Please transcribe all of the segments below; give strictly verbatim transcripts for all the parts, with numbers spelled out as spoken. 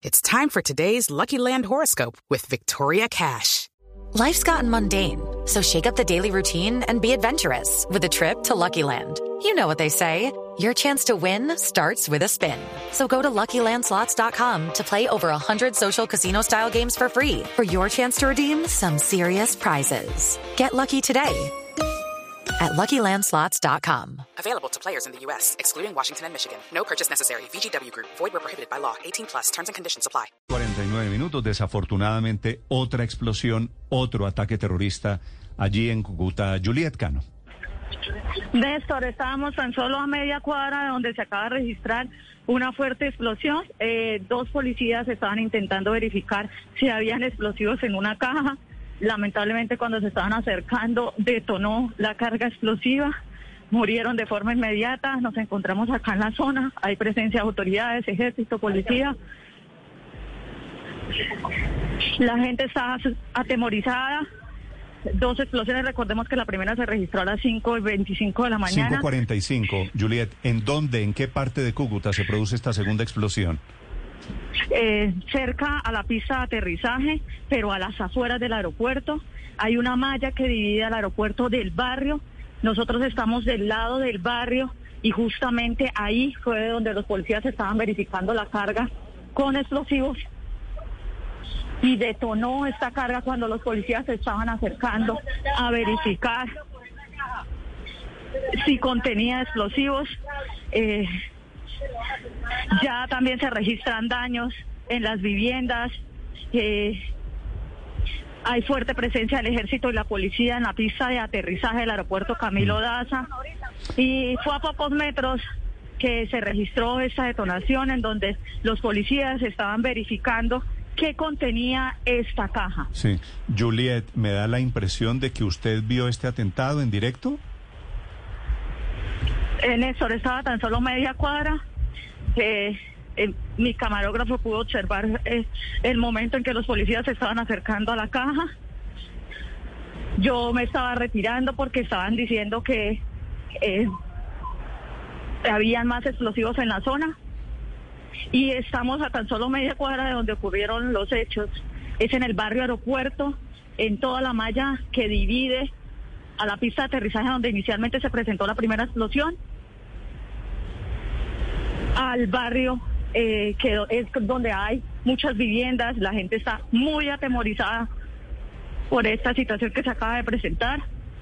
It's time for today's Lucky Land horoscope with Victoria Cash. Life's gotten mundane, so shake up the daily routine and be adventurous with a trip to Lucky Land. You know what they say, your chance to win starts with a spin. So go to Lucky Land Slots dot com to play over one hundred social casino-style games for free for your chance to redeem some serious prizes. Get lucky today at Lucky Land Slots dot com. Available to players in the U S, excluding Washington and Michigan. No purchase necessary. V G W Group. Void where prohibited by law. eighteen plus. Terms and conditions apply. cuarenta y nueve minutos. Desafortunadamente, otra explosión, otro ataque terrorista allí en Cúcuta. Juliet Cano. Néstor, estábamos tan solo a media cuadra de donde se acaba de registrar una fuerte explosión. Eh, dos policías estaban intentando verificar si habían explosivos en una caja. Lamentablemente, cuando se estaban acercando, detonó la carga explosiva. Murieron de forma inmediata. Nos encontramos acá en la zona. Hay presencia de autoridades, ejército, policía. La gente está atemorizada. Dos explosiones. Recordemos que la primera se registró a las cinco y veinticinco de la mañana. cinco cuarenta y cinco. Juliet, ¿en dónde, en qué parte de Cúcuta se produce esta segunda explosión? Eh, cerca a la pista de aterrizaje, pero a las afueras del aeropuerto. Hay una malla que divide al aeropuerto del barrio. Nosotros estamos del lado del barrio y justamente ahí fue donde los policías estaban verificando la carga con explosivos y detonó esta carga cuando los policías se estaban acercando a verificar si contenía explosivos. Eh, Ya también se registran daños en las viviendas. Eh, hay fuerte presencia del ejército y la policía en la pista de aterrizaje del aeropuerto Camilo Daza. Y fue a pocos metros que se registró esta detonación en donde los policías estaban verificando qué contenía esta caja. Sí. Juliet, me da la impresión de que usted vio este atentado en directo. Eh, Néstor, estaba tan solo media cuadra. Eh, eh, mi camarógrafo pudo observar eh, el momento en que los policías se estaban acercando a la caja. Yo me estaba retirando porque estaban diciendo que eh, habían más explosivos en la zona y estamos a tan solo media cuadra de donde ocurrieron los hechos. Es en el barrio Aeropuerto, en toda la malla que divide a la pista de aterrizaje donde inicialmente se presentó la primera explosión, al barrio eh, que es donde hay muchas viviendas. La gente está muy atemorizada por esta situación que se acaba de presentar.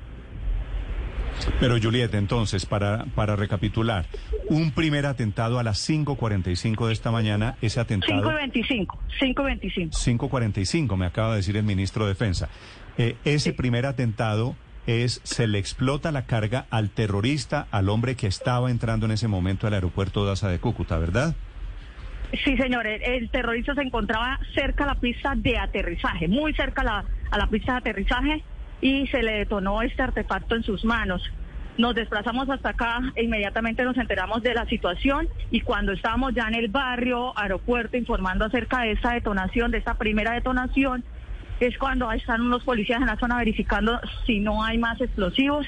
Pero Juliet, entonces, para, para recapitular, un primer atentado a las cinco cuarenta y cinco de esta mañana, ese atentado... cinco y veinticinco, cinco y veinticinco. cinco cuarenta y cinco, me acaba de decir el ministro de Defensa. Eh, ese sí. Primer atentado... es se le explota la carga al terrorista, al hombre que estaba entrando en ese momento al aeropuerto Daza de Cúcuta, ¿verdad? Sí, señor, el, el terrorista se encontraba cerca a la pista de aterrizaje, muy cerca a la, a la pista de aterrizaje, y se le detonó este artefacto en sus manos. Nos desplazamos hasta acá e inmediatamente nos enteramos de la situación, y cuando estábamos ya en el barrio aeropuerto informando acerca de esta detonación, de esta primera detonación, es cuando están unos policías en la zona verificando si no hay más explosivos.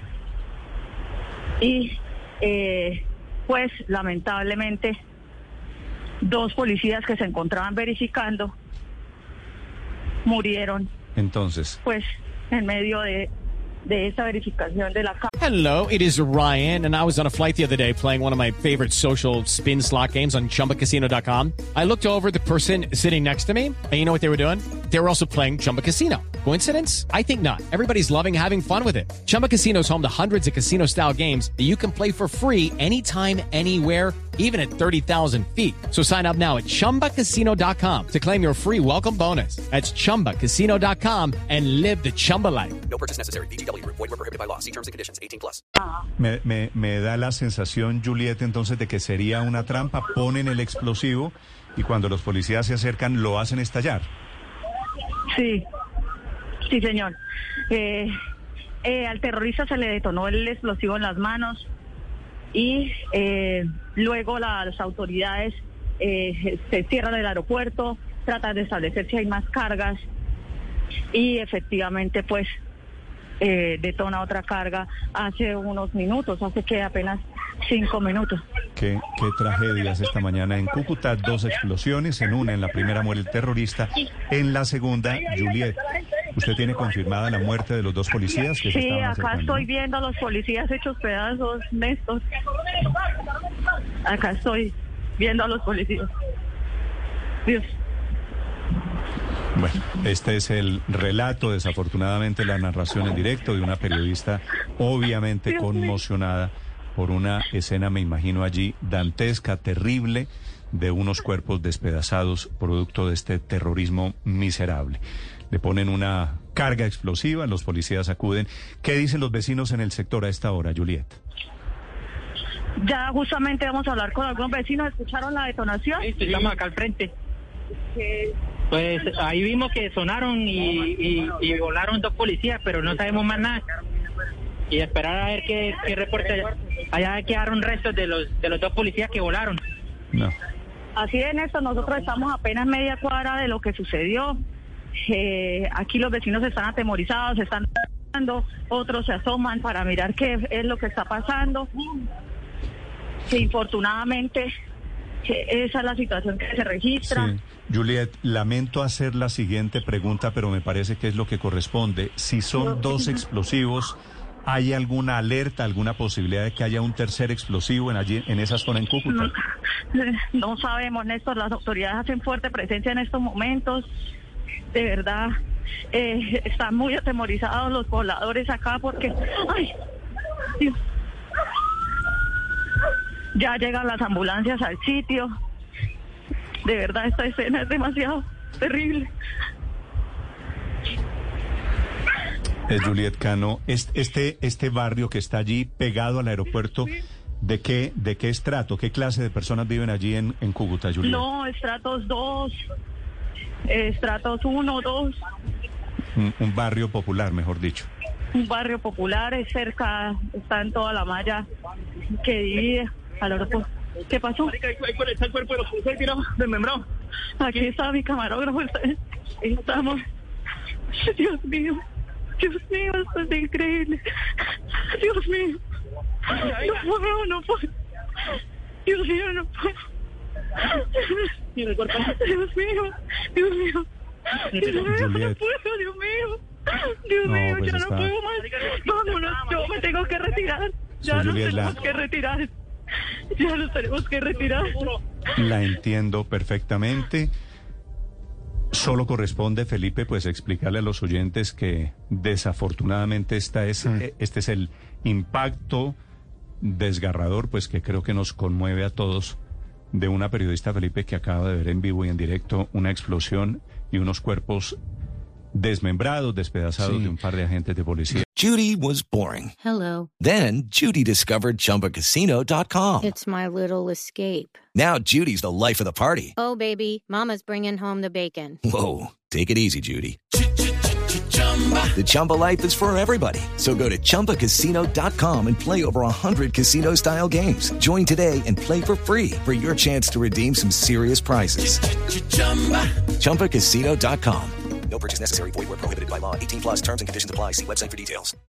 Y eh, pues lamentablemente dos policías que se encontraban verificando murieron. Entonces, pues en medio de, de esta verificación de la cámara. Hello, it is Ryan, and I was on a flight the other day playing one of my favorite social spin slot games on Chumba Casino dot com. I looked over at the person sitting next to me, and you know what they were doing? They were also playing Chumba Casino. Coincidence? I think not. Everybody's loving having fun with it. Chumba Casino is home to hundreds of casino-style games that you can play for free anytime, anywhere, even at thirty thousand feet. So sign up now at Chumba Casino dot com to claim your free welcome bonus. That's Chumba Casino dot com and live the Chumba life. No purchase necessary. V G W Group. Void where prohibited by law. See terms and conditions. eighteen plus. Me, me, me da la sensación, Juliet, entonces, de que sería una trampa. Ponen el explosivo y cuando los policías se acercan lo hacen estallar. Sí, sí, señor. Eh, eh, al terrorista se le detonó el explosivo en las manos y eh, luego las autoridades eh, se cierran el aeropuerto, tratan de establecer si hay más cargas y efectivamente pues eh, detona otra carga hace unos minutos, hace que apenas cinco minutos. Qué, qué tragedias esta mañana en Cúcuta, dos explosiones, en una, en la primera muere el terrorista, en la segunda, Juliet. ¿Usted tiene confirmada la muerte de los dos policías que se Sí, estaban acá acercando? estoy viendo a los policías hechos pedazos, Néstor. Acá estoy viendo a los policías. Dios. Bueno, este es el relato, desafortunadamente la narración en directo de una periodista obviamente Dios mío. conmocionada por una escena, me imagino allí, dantesca, terrible, de unos cuerpos despedazados producto de este terrorismo miserable. Le ponen una carga explosiva, los policías acuden. ¿Qué dicen los vecinos en el sector a esta hora, Juliet? Ya justamente vamos a hablar con algunos vecinos. ¿Escucharon la detonación? Sí, estamos acá al frente. Pues ahí vimos que sonaron y, y, y volaron dos policías, pero no sabemos más nada. Y esperar a ver qué, qué reporte. Allá quedaron restos de los de los dos policías que volaron. No. Así es, Néstor, nosotros estamos apenas media cuadra de lo que sucedió. Eh, aquí los vecinos están atemorizados, están mirando, otros se asoman para mirar qué es lo que está pasando. Que infortunadamente que esa es la situación que se registra. Sí. Juliet, lamento hacer la siguiente pregunta, pero me parece que es lo que corresponde. Si son dos explosivos, ¿hay alguna alerta, alguna posibilidad de que haya un tercer explosivo en allí, en esa zona en Cúcuta? No, no sabemos, Néstor, las autoridades hacen fuerte presencia en estos momentos. De verdad, eh, están muy atemorizados los pobladores acá porque... ¡Ay! Dios. Ya llegan las ambulancias al sitio. De verdad, esta escena es demasiado terrible. Es Juliet Cano. Este, este barrio que está allí pegado al aeropuerto, ¿de qué, de qué estrato, qué clase de personas viven allí en, en Cúcuta, Juliet? No, estratos dos, estratos uno, dos. Un, un barrio popular, mejor dicho. Un barrio popular, es cerca, está en toda la malla que divide al aeropuerto. ¿Qué pasó? Ahí está el cuerpo de los policías tirados, desmembrados. Aquí está mi camarógrafo, está- estamos... Dios mío, Dios mío, esto es increíble. Dios mío, no puedo, no puedo. Dios mío, no puedo. Dios mío, Dios mío. Dios mío, no Juliet. puedo, Dios mío. Dios No, mío, pues ya está- no puedo más. Vámonos, yo me tengo que retirar. Ya Sí, nos Juliet, tenemos la- que retirar. Ya nos tenemos que retirar. La entiendo perfectamente. Solo corresponde, Felipe, pues explicarle a los oyentes que desafortunadamente esta es, eh, este es el impacto desgarrador, pues que creo que nos conmueve a todos, de una periodista, Felipe, que acaba de ver en vivo y en directo una explosión y unos cuerpos desmembrados, despedazados Sí. de un par de agentes de policía. Judy was boring. Hello. Then Judy discovered Chumba Casino dot com. It's my little escape. Now Judy's the life of the party. Oh, baby, mama's bringing home the bacon. Whoa, take it easy, Judy. The Chumba life is for everybody. So go to Chumba Casino dot com and play over one hundred casino-style games. Join today and play for free for your chance to redeem some serious prizes. Chumba Casino dot com. No purchase necessary. Void where prohibited by law. eighteen plus terms and conditions apply. See website for details.